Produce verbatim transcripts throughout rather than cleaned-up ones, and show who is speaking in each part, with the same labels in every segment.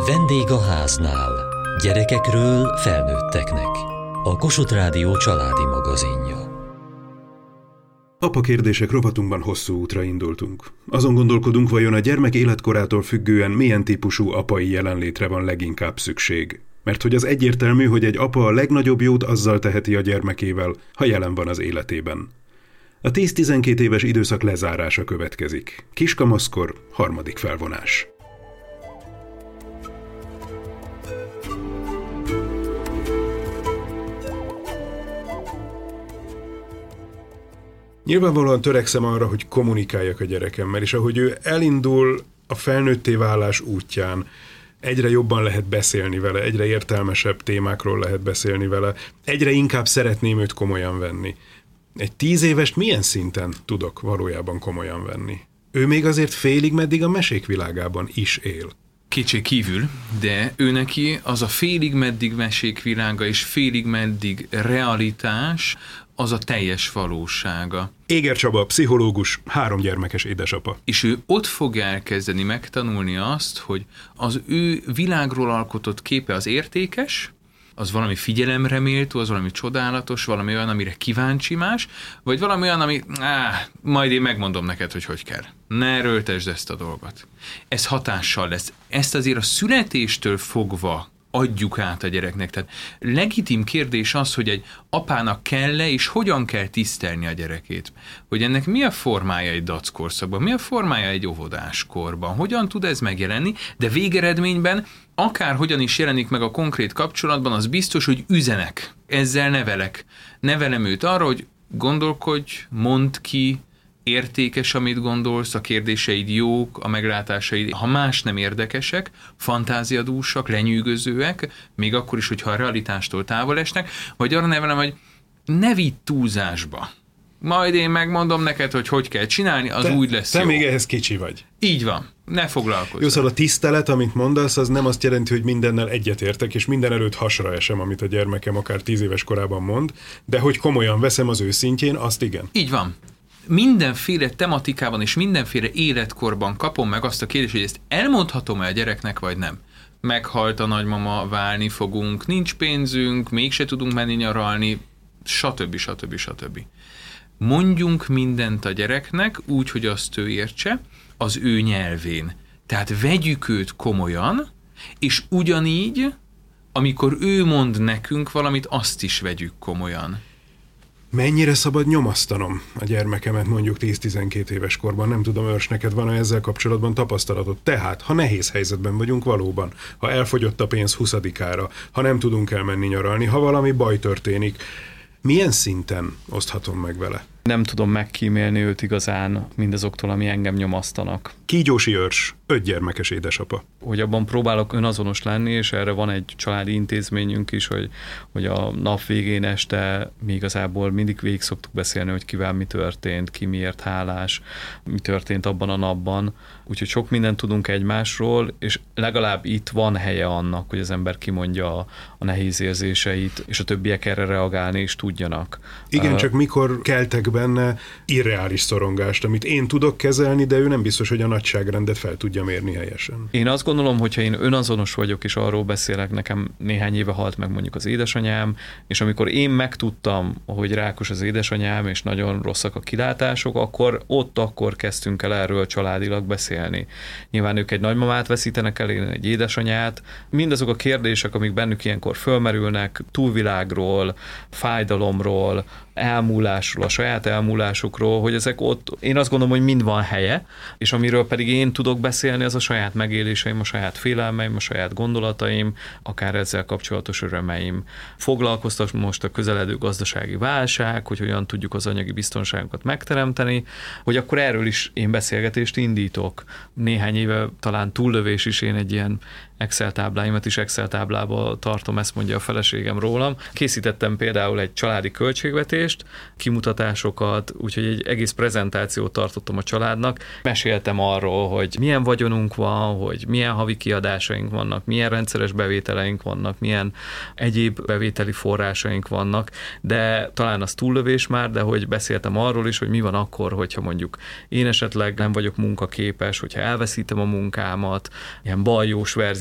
Speaker 1: Vendég a háznál. Gyerekekről felnőtteknek. A Kossuth Rádió családi magazinja.
Speaker 2: Apa kérdések rovatunkban hosszú útra indultunk. Azon gondolkodunk, vajon a gyermek életkorától függően milyen típusú apai jelenlétre van leginkább szükség. Mert hogy az egyértelmű, hogy egy apa a legnagyobb jót azzal teheti a gyermekével, ha jelen van az életében. A tíz-tizenkét éves időszak lezárása következik. Kiskamaszkor, harmadik felvonás. Nyilvánvalóan törekszem arra, hogy kommunikáljak a gyerekemmel, és ahogy ő elindul a felnőtté válás útján, egyre jobban lehet beszélni vele, egyre értelmesebb témákról lehet beszélni vele, egyre inkább szeretném őt komolyan venni. Egy tíz évest milyen szinten tudok valójában komolyan venni? Ő még azért félig meddig a mesék világában is él.
Speaker 3: Kétség kívül, de ő neki az a félig meddig mesék világa és félig meddig realitás, az a teljes valósága.
Speaker 2: Éger Csaba, pszichológus, három gyermekes édesapa.
Speaker 3: És ő ott fog elkezdeni megtanulni azt, hogy az ő világról alkotott képe az értékes, az valami figyelemre méltó, az valami csodálatos, valami olyan, amire kíváncsi más, vagy valami olyan, ami, áh, majd én megmondom neked, hogy hogy kell. Ne erőltesd ezt a dolgot. Ez hatással lesz. Ezt azért a születéstől fogva adjuk át a gyereknek. Tehát legitim kérdés az, hogy egy apának kell-e és hogyan kell tisztelni a gyerekét. Hogy ennek mi a formája egy dackorszakban, mi a formája egy óvodáskorban, hogyan tud ez megjelenni, de végeredményben akár hogyan is jelenik meg a konkrét kapcsolatban, az biztos, hogy üzenek. Ezzel nevelek. Nevelem őt arra, hogy gondolkodj, mondd ki, értékes, amit gondolsz, a kérdéseid jók, a meglátásaid, ha más nem érdekesek, fantáziadúsak, lenyűgözőek, még akkor is, hogyha a realitástól távol esnek, vagy arra nevelem, hogy ne vidd túlzásba. Majd én megmondom neked, hogy hogy kell csinálni, az
Speaker 2: te,
Speaker 3: úgy lesz
Speaker 2: te
Speaker 3: jó.
Speaker 2: Te még ehhez kicsi vagy.
Speaker 3: Így van. Ne foglalkozz.
Speaker 2: Jó, szóval a tisztelet, amit mondasz, az nem azt jelenti, hogy mindennel egyetértek, és minden előtt hasra esem, amit a gyermekem akár tíz éves korában mond, de hogy komolyan veszem az ő szintjén, azt igen.
Speaker 3: Így van. Mindenféle tematikában és mindenféle életkorban kapom meg azt a kérdést, hogy ezt elmondhatom-e a gyereknek, vagy nem. Meghalt a nagymama, válni fogunk, nincs pénzünk, mégse tudunk menni nyaralni, stb. stb. stb. Mondjunk mindent a gyereknek úgy, hogy azt ő értse, az ő nyelvén. Tehát vegyük őt komolyan, és ugyanígy, amikor ő mond nekünk valamit, azt is vegyük komolyan.
Speaker 2: Mennyire szabad nyomasztanom a gyermekemet mondjuk tíz-tizenkét éves korban? Nem tudom, Örs, neked van ezzel kapcsolatban tapasztalatod? Tehát, ha nehéz helyzetben vagyunk valóban, ha elfogyott a pénz huszadikára, ha nem tudunk elmenni nyaralni, ha valami baj történik, milyen szinten oszthatom meg vele?
Speaker 4: Nem tudom megkímélni őt igazán mindazoktól, ami engem nyomasztanak.
Speaker 2: Kígyósi Örs, öt gyermekes édesapa.
Speaker 4: Hogy abban próbálok önazonos lenni, és erre van egy családi intézményünk is, hogy, hogy a nap végén este mi igazából mindig végig szoktuk beszélni, hogy kivel mi történt, ki miért hálás, mi történt abban a napban. Úgyhogy sok mindent tudunk egymásról, és legalább itt van helye annak, hogy az ember kimondja a, a nehéz érzéseit, és a többiek erre reagálni is tudjanak.
Speaker 2: Igen,
Speaker 4: uh,
Speaker 2: csak mikor keltek benne irreális szorongást, amit én tudok kezelni, de ő nem biztos, hogy a nagyságrendet fel tudja mérni helyesen.
Speaker 4: Én azt gondolom, hogyha én önazonos vagyok, és arról beszélek, nekem néhány éve halt meg mondjuk az édesanyám, és amikor én megtudtam, hogy rákos az édesanyám, és nagyon rosszak a kilátások, akkor ott akkor kezdtünk el erről családilag beszélni. Nyilván ők egy nagymamát veszítenek el, én egy édesanyát. Mindazok a kérdések, amik bennük ilyenkor fölmerülnek, túlvilágról, fájdalomról, elmúlásról, a saját elmúlásukról, hogy ezek ott, én azt gondolom, hogy mind van helye, és amiről pedig én tudok beszélni, az a saját megéléseim, a saját félelmeim, a saját gondolataim, akár ezzel kapcsolatos örömeim. Foglalkoztat most a közeledő gazdasági válság, hogy hogyan tudjuk az anyagi biztonságunkat megteremteni, hogy akkor erről is én beszélgetést indítok. Néhány éve talán túllövés is, én egy ilyen Excel tábláimat is Excel táblába tartom, ezt mondja a feleségem rólam. Készítettem például egy családi költségvetést, kimutatásokat, úgyhogy egy egész prezentációt tartottam a családnak. Meséltem arról, hogy milyen vagyonunk van, hogy milyen havi kiadásaink vannak, milyen rendszeres bevételeink vannak, milyen egyéb bevételi forrásaink vannak, de talán az túllövés már, de hogy beszéltem arról is, hogy mi van akkor, hogyha mondjuk én esetleg nem vagyok munkaképes, hogyha elveszítem a munkámat, ilyen baljós verzió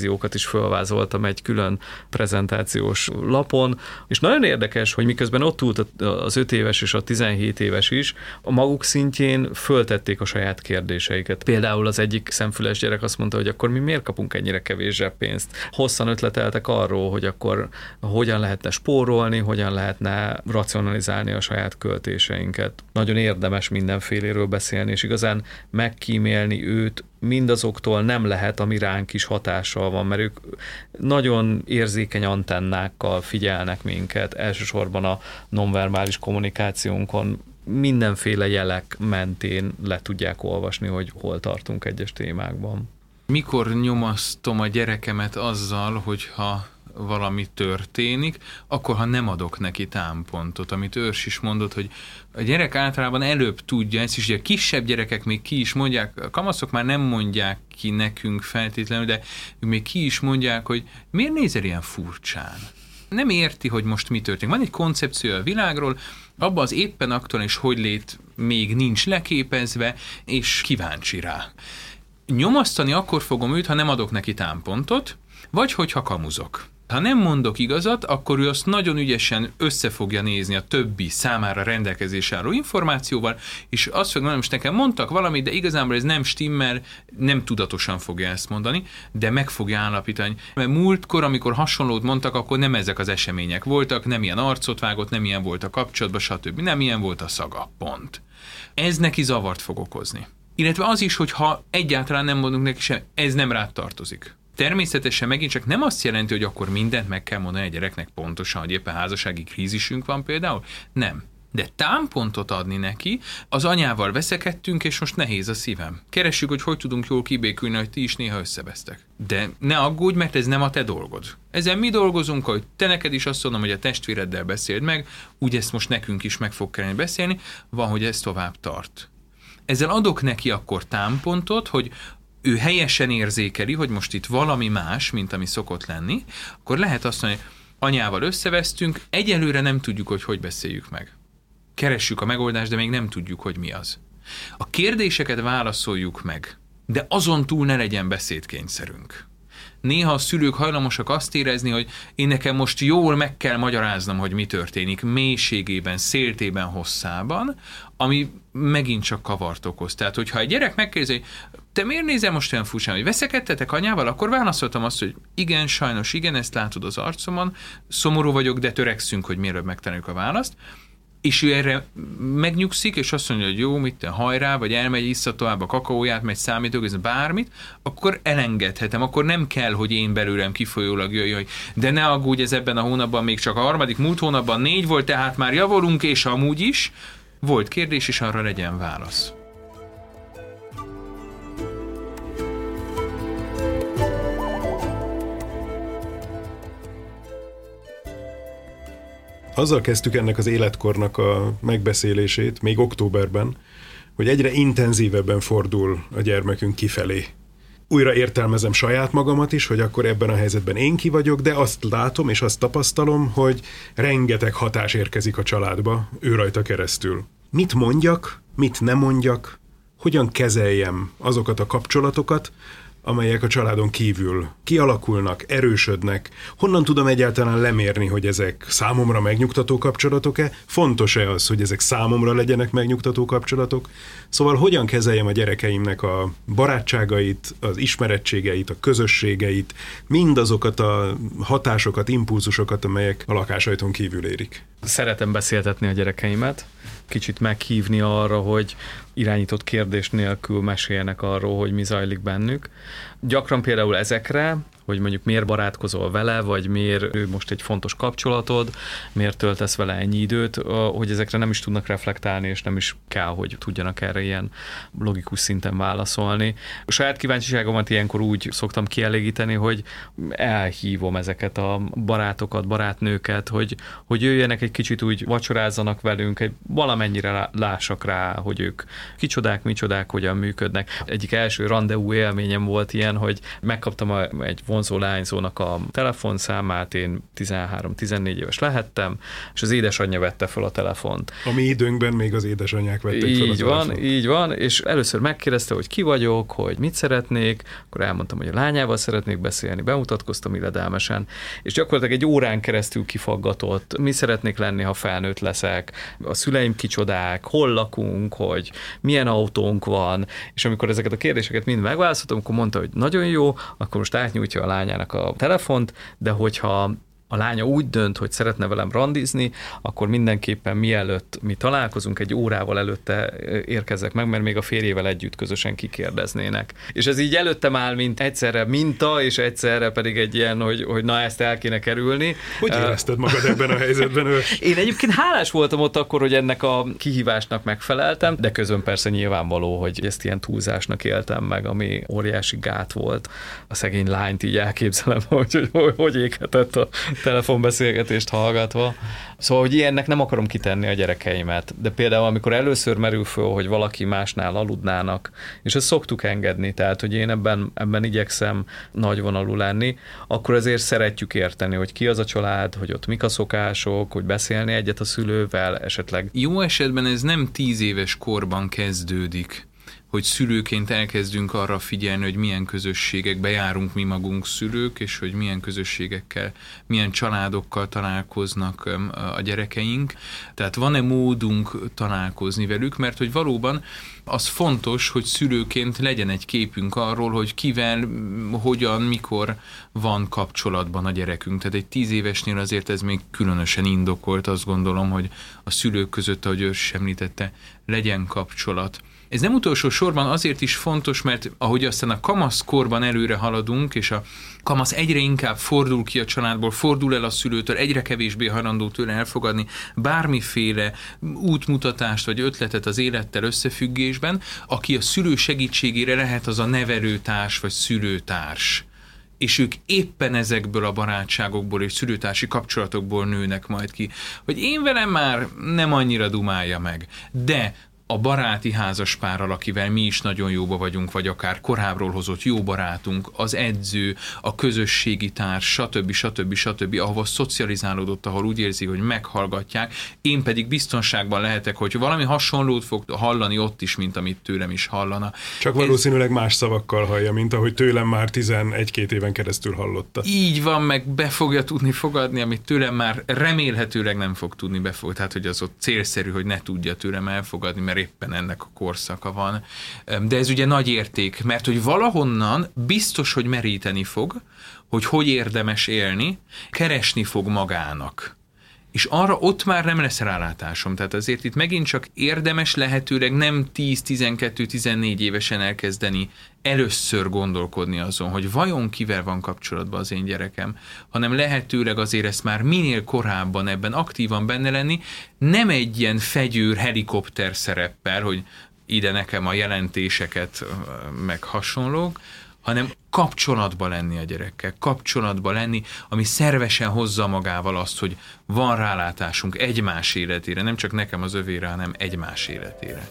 Speaker 4: verziókat is felvázoltam egy külön prezentációs lapon, és nagyon érdekes, hogy miközben ott ült az öt éves és a tizenhét éves is, a maguk szintjén föltették a saját kérdéseiket. Például az egyik szemfüles gyerek azt mondta, hogy akkor mi miért kapunk ennyire kevés zseppénzt. Hosszan ötleteltek arról, hogy akkor hogyan lehetne spórolni, hogyan lehetne racionalizálni a saját költéseinket. Nagyon érdemes mindenféléről beszélni, és igazán megkímélni őt mindazoktól nem lehet, ami ránk is hatással van, mert ők nagyon érzékeny antennákkal figyelnek minket, elsősorban a nonverbális kommunikációnkon mindenféle jelek mentén le tudják olvasni, hogy hol tartunk egyes témákban.
Speaker 3: Mikor nyomasztom a gyerekemet azzal, hogyha valami történik, akkor ha nem adok neki támpontot, amit Őrs is mondott, hogy a gyerek általában előbb tudja, ezt is, hogy a kisebb gyerekek még ki is mondják, a kamaszok már nem mondják ki nekünk feltétlenül, de ők még ki is mondják, hogy miért nézel ilyen furcsán? Nem érti, hogy most mi történik. Van egy koncepció a világról, abban az éppen aktuális hogylét még nincs leképezve, és kíváncsi rá. Nyomasztani akkor fogom őt, ha nem adok neki támpontot, vagy hogyha kamuzok. Ha nem mondok igazat, akkor ő azt nagyon ügyesen össze fogja nézni a többi számára rendelkezésre álló információval, és azt fogja mondani, most nekem mondtak valamit, de igazából ez nem stimmel, nem tudatosan fogja ezt mondani, de meg fogja állapítani. Mert múltkor, amikor hasonlót mondtak, akkor nem ezek az események voltak, nem ilyen arcot vágott, nem ilyen volt a kapcsolatban, stb. Nem ilyen volt a szaga, pont. Ez neki zavart fog okozni. Illetve az is, hogy ha egyáltalán nem mondunk neki sem, ez nem rád tartozik. Természetesen megint csak nem azt jelenti, hogy akkor mindent meg kell mondani a gyereknek pontosan, hogy éppen házassági krízisünk van például. Nem. De támpontot adni neki, az anyával veszekedtünk, és most nehéz a szívem. Keressük, hogy hogy tudunk jól kibékülni, hogy ti is néha összevesztek. De ne aggódj, mert ez nem a te dolgod. Ezen mi dolgozunk, hogy te neked is azt mondom, hogy a testvéreddel beszéld meg, úgy ezt most nekünk is meg fog kellene beszélni, van, hogy ez tovább tart. Ezzel adok neki akkor támpontot, hogy ő helyesen érzékeli, hogy most itt valami más, mint ami szokott lenni, akkor lehet azt mondani, hogy anyával összevesztünk, egyelőre nem tudjuk, hogy hogy beszéljük meg. Keressük a megoldást, de még nem tudjuk, hogy mi az. A kérdéseket válaszoljuk meg, de azon túl ne legyen beszédkényszerünk. Néha a szülők hajlamosak azt érezni, hogy én nekem most jól meg kell magyaráznom, hogy mi történik, mélységében, széltében, hosszában, ami megint csak kavart okoz. Tehát, hogyha egy gyerek megkérdezi, hogy te miért nézel most olyan furcsán, hogy veszekedtetek anyával, akkor válaszoltam azt, hogy igen, sajnos igen, ezt látod az arcomon, szomorú vagyok, de törekszünk, hogy mielőbb megtaláljuk a választ, és ő erre megnyugszik, és azt mondja, hogy jó, mit te, hajrá, vagy elmegy, issza tovább a kakaóját, megy számítógézni, bármit, akkor elengedhetem, akkor nem kell, hogy én belőlem kifolyólag jöjjön, hogy de ne aggódj, ez ebben a hónapban még csak a harmadik, múlt hónapban négy volt, tehát már javulunk, és amúgy is volt kérdés, és arra legyen válasz.
Speaker 2: Azzal kezdtük ennek az életkornak a megbeszélését, még októberben, hogy egyre intenzívebben fordul a gyermekünk kifelé. Újra értelmezem saját magamat is, hogy akkor ebben a helyzetben én ki vagyok, de azt látom és azt tapasztalom, hogy rengeteg hatás érkezik a családba, ő rajta keresztül. Mit mondjak, mit nem mondjak, hogyan kezeljem azokat a kapcsolatokat, amelyek a családon kívül kialakulnak, erősödnek. Honnan tudom egyáltalán lemérni, hogy ezek számomra megnyugtató kapcsolatok-e? Fontos-e az, hogy ezek számomra legyenek megnyugtató kapcsolatok? Szóval hogyan kezeljem a gyerekeimnek a barátságait, az ismerettségeit, a közösségeit, mindazokat a hatásokat, impulzusokat, amelyek a lakásajtón kívül érik?
Speaker 4: Szeretem beszéltetni a gyerekeimet, kicsit meghívni arra, hogy irányított kérdés nélkül meséljenek arról, hogy mi zajlik bennük. Gyakran például ezekre, hogy mondjuk miért barátkozol vele, vagy miért ő most egy fontos kapcsolatod, miért töltesz vele ennyi időt, hogy ezekre nem is tudnak reflektálni, és nem is kell, hogy tudjanak erre ilyen logikus szinten válaszolni. A saját kíváncsiságomat ilyenkor úgy szoktam kielégíteni, hogy elhívom ezeket a barátokat, barátnőket, hogy, hogy jöjjenek egy kicsit úgy vacsorázzanak velünk, egy valamennyire lássak rá, hogy ők kicsodák, micsodák, hogyan működnek. Egyik első randevú élményem volt ilyen, hogy megkaptam egy vonzó lányzónak a telefonszámát, én tizenhárom-tizennégy éves lehettem, és az édesanyja vette fel a telefont.
Speaker 2: A mi időnkben még az édesanyják vették fel a
Speaker 4: Így van,
Speaker 2: telefont.
Speaker 4: így van, és először megkérdezte, hogy ki vagyok, hogy mit szeretnék, akkor elmondtam, hogy a lányával szeretnék beszélni, bemutatkoztam illedelmesen, és gyakorlatilag egy órán keresztül kifaggatott, mi szeretnék lenni, ha felnőtt leszek, a szüleim kicsodák, hol lakunk, hogy milyen autónk van, és amikor ezeket a kérdéseket mind megválaszoltam, akkor mondta, hogy nagyon jó, akkor most átnyújtja a lányának a telefont, de hogyha a lánya úgy dönt, hogy szeretne velem randizni, akkor mindenképpen mielőtt mi találkozunk, egy órával előtte érkezzek meg, mert még a férjével együtt közösen kikérdeznének. És ez így előttem áll, mint egyszerre minta, és egyszerre pedig egy ilyen, hogy, hogy na, ezt el kéne kerülni.
Speaker 2: Hogy érezted magad ebben a helyzetben?
Speaker 4: Én egyébként hálás voltam ott akkor, hogy ennek a kihívásnak megfeleltem, de közben persze nyilvánvaló, hogy ezt ilyen túlzásnak éltem meg, ami óriási gát volt. A szegény lányt így elképzelem, hogy hogy, hogy, hogy éghetett a telefonbeszélgetést hallgatva. Szóval, hogy ilyennek nem akarom kitenni a gyerekeimet, de például amikor először merül föl, hogy valaki másnál aludnának, és ezt szoktuk engedni, tehát, hogy én ebben, ebben igyekszem nagyvonalú lenni, akkor azért szeretjük érteni, hogy ki az a család, hogy ott mik a szokások, hogy beszélni egyet a szülővel, esetleg.
Speaker 3: Jó esetben ez nem tíz éves korban kezdődik, hogy szülőként elkezdünk arra figyelni, hogy milyen közösségekbe járunk mi magunk szülők, és hogy milyen közösségekkel, milyen családokkal találkoznak a gyerekeink. Tehát van-e módunk találkozni velük, mert hogy valóban az fontos, hogy szülőként legyen egy képünk arról, hogy kivel, hogyan, mikor van kapcsolatban a gyerekünk. Tehát egy tíz évesnél azért ez még különösen indokolt, azt gondolom, hogy a szülők között, ahogy ő is említette, legyen kapcsolat. Ez nem utolsó sorban azért is fontos, mert ahogy aztán a kamaszkorban előre haladunk, és a kamasz egyre inkább fordul ki a családból, fordul el a szülőtől, egyre kevésbé hajlandó tőle elfogadni bármiféle útmutatást vagy ötletet az élettel összefüggésben, aki a szülő segítségére lehet, az a nevelőtárs vagy szülőtárs. És ők éppen ezekből a barátságokból és szülőtársi kapcsolatokból nőnek majd ki, hogy én velem már nem annyira dumálja meg, de a baráti házaspárral, akivel mi is nagyon jóba vagyunk, vagy akár korábbról hozott jó barátunk, az edző, a közösségi társ, stb. stb. stb., ahova szocializálódott, ahol úgy érzi, hogy meghallgatják, én pedig biztonságban lehetek, hogy valami hasonlót fog hallani ott is, mint amit tőlem is hallana.
Speaker 2: Csak valószínűleg Ez... más szavakkal hallja, mint ahogy tőlem már tizenegy-két éven keresztül hallotta.
Speaker 3: Így van, meg be fogja tudni fogadni, amit tőlem már remélhetőleg nem fog tudni befogadni. Tehát, hogy az ott célszerű, hogy ne tudja tőlem elfogadni, mert éppen ennek a korszaka van. De ez ugye nagy érték, mert hogy valahonnan biztos, hogy meríteni fog, hogy hogy érdemes élni, keresni fog magának. És arra ott már nem lesz rálátásom. Tehát azért itt megint csak érdemes lehetőleg nem tíz-tizenkettő-tizennégy évesen elkezdeni először gondolkodni azon, hogy vajon kivel van kapcsolatban az én gyerekem, hanem lehetőleg azért ezt már minél korábban ebben aktívan benne lenni, nem egy ilyen fegyőr helikopter szereppel, hogy ide nekem a jelentéseket meg hasonlók, hanem kapcsolatba lenni a gyerekkel, kapcsolatba lenni, ami szervesen hozza magával azt, hogy van rálátásunk egymás életére, nem csak nekem az övére, hanem egymás életére.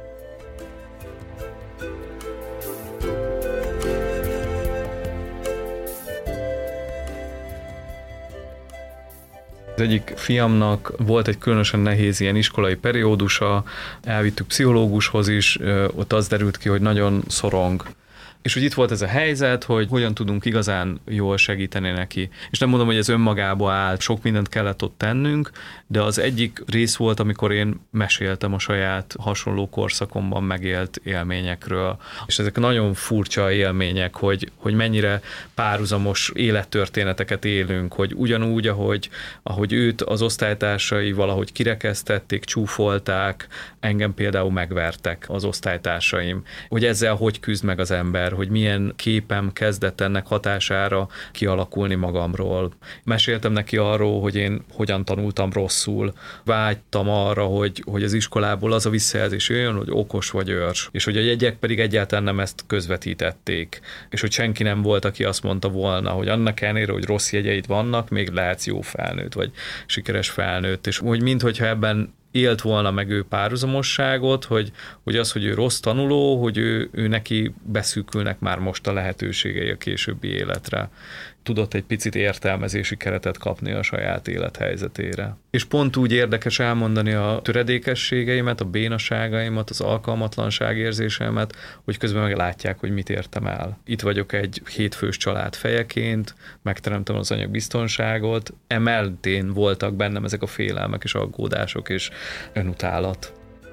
Speaker 4: Az egyik fiamnak volt egy különösen nehéz ilyen iskolai periódusa, elvittük pszichológushoz is, ott az derült ki, hogy nagyon szorong. És hogy itt volt ez a helyzet, hogy hogyan tudunk igazán jól segíteni neki. És nem mondom, hogy ez önmagába áll, sok mindent kellett ott tennünk, de az egyik rész volt, amikor én meséltem a saját hasonló korszakomban megélt élményekről. És ezek nagyon furcsa élmények, hogy, hogy mennyire párhuzamos élettörténeteket élünk, hogy ugyanúgy, ahogy, ahogy őt az osztálytársai valahogy kirekesztették, csúfolták, engem például megvertek az osztálytársaim. Hogy ezzel hogy küzd meg az ember, hogy milyen képem kezdett ennek hatására kialakulni magamról. Meséltem neki arról, hogy én hogyan tanultam rosszul. Vágytam arra, hogy, hogy az iskolából az a visszajelzés jöjjön, hogy okos vagy őrs. És hogy a jegyek pedig egyáltalán nem ezt közvetítették. És hogy senki nem volt, aki azt mondta volna, hogy annak ellenére, hogy rossz jegyeid vannak, még lehetsz jó felnőtt, vagy sikeres felnőtt. És hogy minthogyha ebben élt volna meg ő párhuzamosságot, hogy, hogy az, hogy ő rossz tanuló, hogy ő, ő neki beszűkülnek már most a lehetőségei a későbbi életre. Tudott egy picit értelmezési keretet kapni a saját élethelyzetére. És pont úgy érdekes elmondani a töredékességeimet, a bénaságaimat, az alkalmatlanság érzéseimet, hogy közben meg látják, hogy mit értem el. Itt vagyok egy hétfős család fejeként, megteremtem az anyagbiztonságot, emeltén voltak bennem ezek a félelmek és aggódások és önutálat.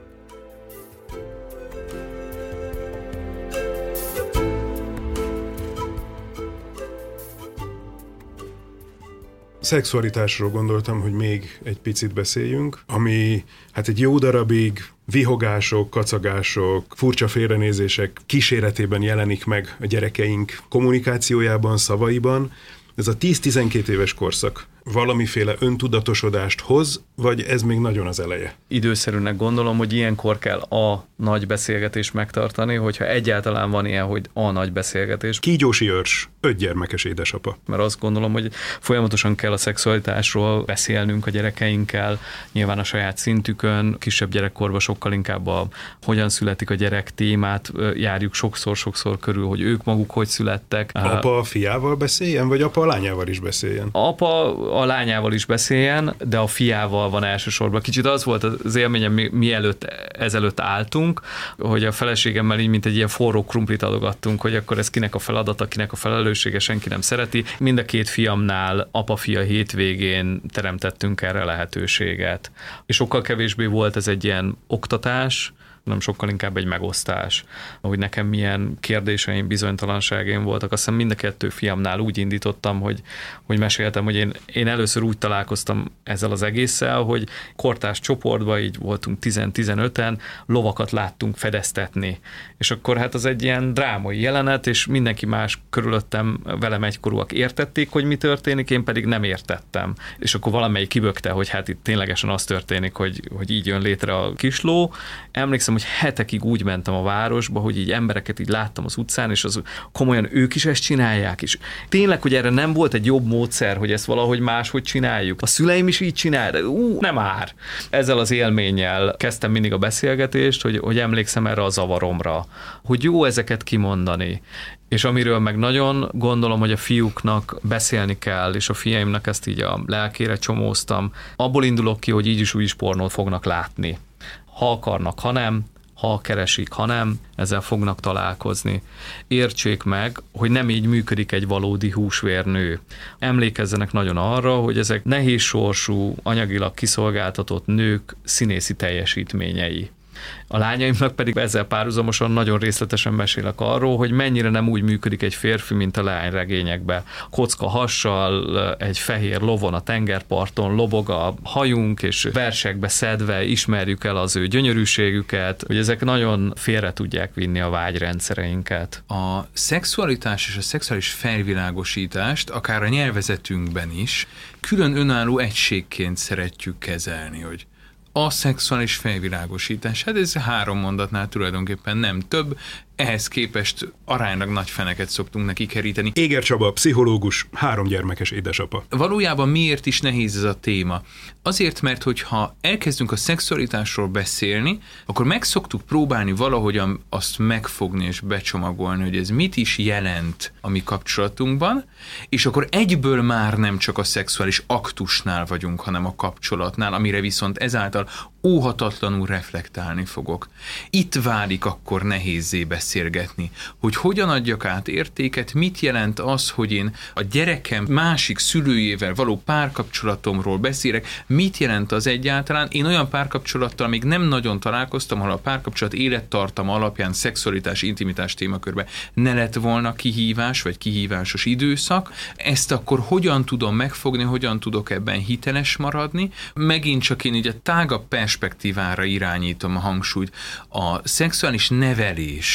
Speaker 2: Szexualitásról gondoltam, hogy még egy picit beszéljünk, ami hát egy jó darabig vihogások, kacagások, furcsa félrenézések kíséretében jelenik meg a gyerekeink kommunikációjában, szavaiban. Ez a tíz-tizenkét éves korszak valamiféle öntudatosodást hoz, vagy ez még nagyon az eleje?
Speaker 4: Időszerűnek gondolom, hogy ilyenkor kell a nagy beszélgetést megtartani, hogyha egyáltalán van ilyen, hogy a nagy beszélgetés.
Speaker 2: Kígyósi Őrs, öt gyermekes édesapa.
Speaker 4: Mert azt gondolom, hogy folyamatosan kell a szexualitásról beszélnünk a gyerekeinkkel, nyilván a saját szintükön, kisebb gyerekkorban sokkal inkább a hogyan születik a gyerek témát járjuk sokszor-sokszor körül, hogy ők maguk hogy születtek.
Speaker 2: Apa a fiával beszéljen, vagy apa a lányával is beszéljen?
Speaker 4: Apa a lányával is beszéljen, de a fiával van elsősorban. Kicsit az volt az élményem, mi, mielőtt ezelőtt álltunk, hogy a feleségemmel így, mint egy ilyen forró krumplit adogattunk, hogy akkor ez kinek a feladata, kinek a felelőssége, senki nem szereti. Mind a két fiamnál apa-fia hétvégén teremtettünk erre lehetőséget. És sokkal kevésbé volt ez egy ilyen oktatás, nem sokkal inkább egy megosztás. Hogy nekem milyen kérdéseim, bizonytalanságaim voltak, azt hiszem mind a kettő fiamnál úgy indítottam, hogy, hogy meséltem, hogy én, én először úgy találkoztam ezzel az egésszel, hogy kortárs csoportban így voltunk tíz-tizenöten, lovakat láttunk fedeztetni. És akkor hát az egy ilyen drámai jelenet, és mindenki más körülöttem velem egykorúak értették, hogy mi történik, én pedig nem értettem. És akkor valamelyik kibökte, hogy hát itt ténylegesen az történik, hogy, hogy így jön létre a kisló. Emlékszem, hogy hetekig úgy mentem a városba, hogy így embereket így láttam az utcán, és az komolyan ők is ezt csinálják. És tényleg, hogy erre nem volt egy jobb módszer, hogy ezt valahogy máshogy csináljuk. A szüleim is így csinálják, ú, nem már. Ezzel az élménnyel kezdtem mindig a beszélgetést, hogy, hogy emlékszem erre a zavaromra, hogy jó ezeket kimondani. És amiről meg nagyon gondolom, hogy a fiúknak beszélni kell, és a fiaimnak ezt így a lelkére csomóztam, abból indulok ki, hogy így is úgy is pornót fognak látni. Ha akarnak, ha nem, ha keresik, ha nem, ezzel fognak találkozni. Értsék meg, hogy nem így működik egy valódi húsvérnő. Emlékezzenek nagyon arra, hogy ezek nehéz sorsú, anyagilag kiszolgáltatott nők színészi teljesítményei. A lányaimnak pedig ezzel párhuzamosan nagyon részletesen mesélek arról, hogy mennyire nem úgy működik egy férfi, mint a leányregényekben. Kocka hassal, egy fehér lovon a tengerparton lobog a hajunk, és versekbe szedve ismerjük el az ő gyönyörűségüket, hogy ezek nagyon félre tudják vinni a vágyrendszereinket.
Speaker 3: A szexualitás és a szexuális felvilágosítást, akár a nyelvezetünkben is, külön önálló egységként szeretjük kezelni, hogy a szexuális felvilágosítás. Hát ez három mondatnál tulajdonképpen nem több, ehhez képest aránylag nagy feneket szoktunk neki keríteni.
Speaker 2: Éger Csaba, pszichológus, három gyermekes édesapa.
Speaker 3: Valójában miért is nehéz ez a téma? Azért, mert hogyha elkezdünk a szexualitásról beszélni, akkor meg szoktuk próbálni valahogyan azt megfogni és becsomagolni, hogy ez mit is jelent a mi kapcsolatunkban, és akkor egyből már nem csak a szexuális aktusnál vagyunk, hanem a kapcsolatnál, amire viszont ezáltal óhatatlanul reflektálni fogok. Itt válik akkor nehézzé beszélgetni, hogy hogyan adjak át értéket, mit jelent az, hogy én a gyerekem másik szülőjével való párkapcsolatomról beszélek, mit jelent az egyáltalán. Én olyan párkapcsolattal még nem nagyon találkoztam, ahol a párkapcsolat élettartama alapján szexualitás, intimitás témakörben ne lett volna kihívás, vagy kihívásos időszak. Ezt akkor hogyan tudom megfogni, hogyan tudok ebben hiteles maradni. Megint csak én így a tágabb perspektívára irányítom a hangsúlyt. A szexuális nevelés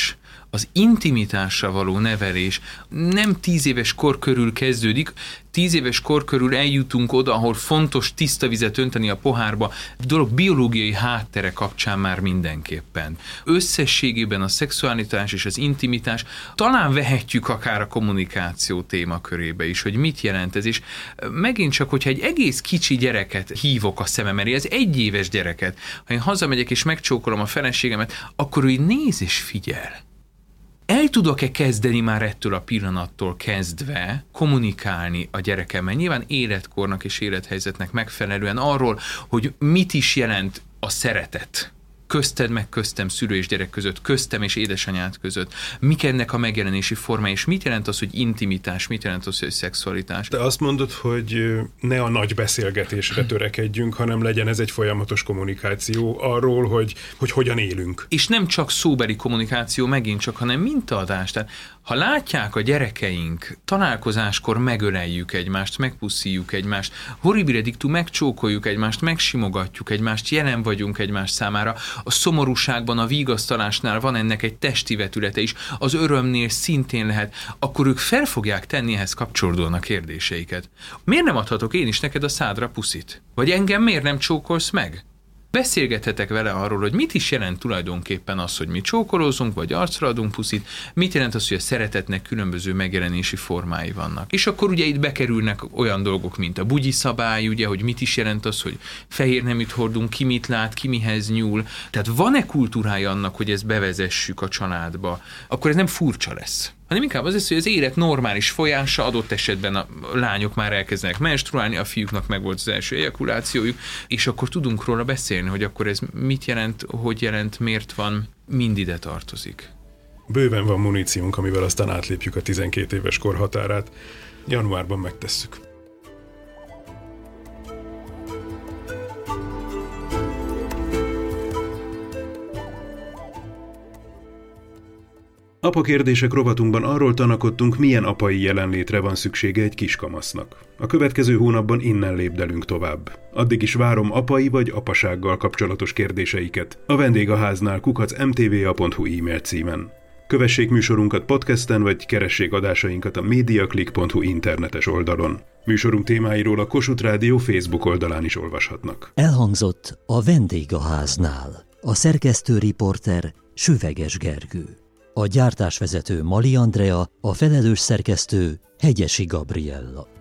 Speaker 3: az intimitásra való nevelés nem tíz éves kor körül kezdődik, tíz éves kor körül eljutunk oda, ahol fontos tiszta vizet önteni a pohárba, dolog biológiai háttere kapcsán már mindenképpen. Összességében a szexualitás és az intimitás talán vehetjük akár a kommunikáció témakörébe is, hogy mit jelent ez, és megint csak, hogyha egy egész kicsi gyereket hívok a szemem elé, ez egy éves gyereket, ha én hazamegyek és megcsókolom a feleségemet, akkor ő néz és figyel. El tudok-e kezdeni már ettől a pillanattól kezdve kommunikálni a gyerekemmel? Nyilván életkornak és élethelyzetnek megfelelően arról, hogy mit is jelent a szeretet. Közted meg köztem, szülő és gyerek között, köztem és édesanyád között. Mik ennek a megjelenési formája, és mit jelent az, hogy intimitás, mit jelent az, hogy szexualitás?
Speaker 2: Te azt mondod, hogy ne a nagy beszélgetésre törekedjünk, hanem legyen ez egy folyamatos kommunikáció arról, hogy, hogy hogyan élünk.
Speaker 3: És nem csak szóbeli kommunikáció megint csak, hanem mintaadás. Tehát ha látják a gyerekeink, találkozáskor megöleljük egymást, megpuszíjuk egymást, horribile dictu megcsókoljuk egymást, megsimogatjuk egymást, jelen vagyunk egymás számára, a szomorúságban, a vigasztalásnál van ennek egy testi vetülete is, az örömnél szintén lehet, akkor ők fel fogják tenni ehhez kapcsolódóan a kérdéseiket. Miért nem adhatok én is neked a szádra puszit? Vagy engem miért nem csókolsz meg? Beszélgethetek vele arról, hogy mit is jelent tulajdonképpen az, hogy mi csókolózunk, vagy arcra adunk puszit, mit jelent az, hogy a szeretetnek különböző megjelenési formái vannak. És akkor ugye itt bekerülnek olyan dolgok, mint a bugyi szabály, ugye, hogy mit is jelent az, hogy fehér neműt hordunk, ki mit lát, ki mihez nyúl. Tehát van-e kultúrája annak, hogy ezt bevezessük a családba, akkor ez nem furcsa lesz, hanem inkább az lesz, hogy az élet normális folyása, adott esetben a lányok már elkezdenek menstruálni, a fiúknak meg volt az első ejakulációjuk, és akkor tudunk róla beszélni, hogy akkor ez mit jelent, hogy jelent, miért van, mind ide tartozik.
Speaker 2: Bőven van muníciónk, amivel aztán átlépjük a tizenkét éves korhatárát. Januárban megtesszük. Apa kérdések rovatunkban arról tanakodtunk, milyen apai jelenlétre van szüksége egy kiskamasznak. A következő hónapban innen lépdelünk tovább. Addig is várom apai vagy apasággal kapcsolatos kérdéseiket a vendégháznál kukac m t v a pont h u e-mail címen. Kövessék műsorunkat podcasten, vagy keressék adásainkat a mediaclick pont h u internetes oldalon. Műsorunk témáiról a Kossuth Rádió Facebook oldalán is olvashatnak.
Speaker 1: Elhangzott a vendégháznál. A szerkesztő riporter Süveges Gergő. A gyártásvezető Mali Andrea, a felelős szerkesztő Hegyesi Gabriella.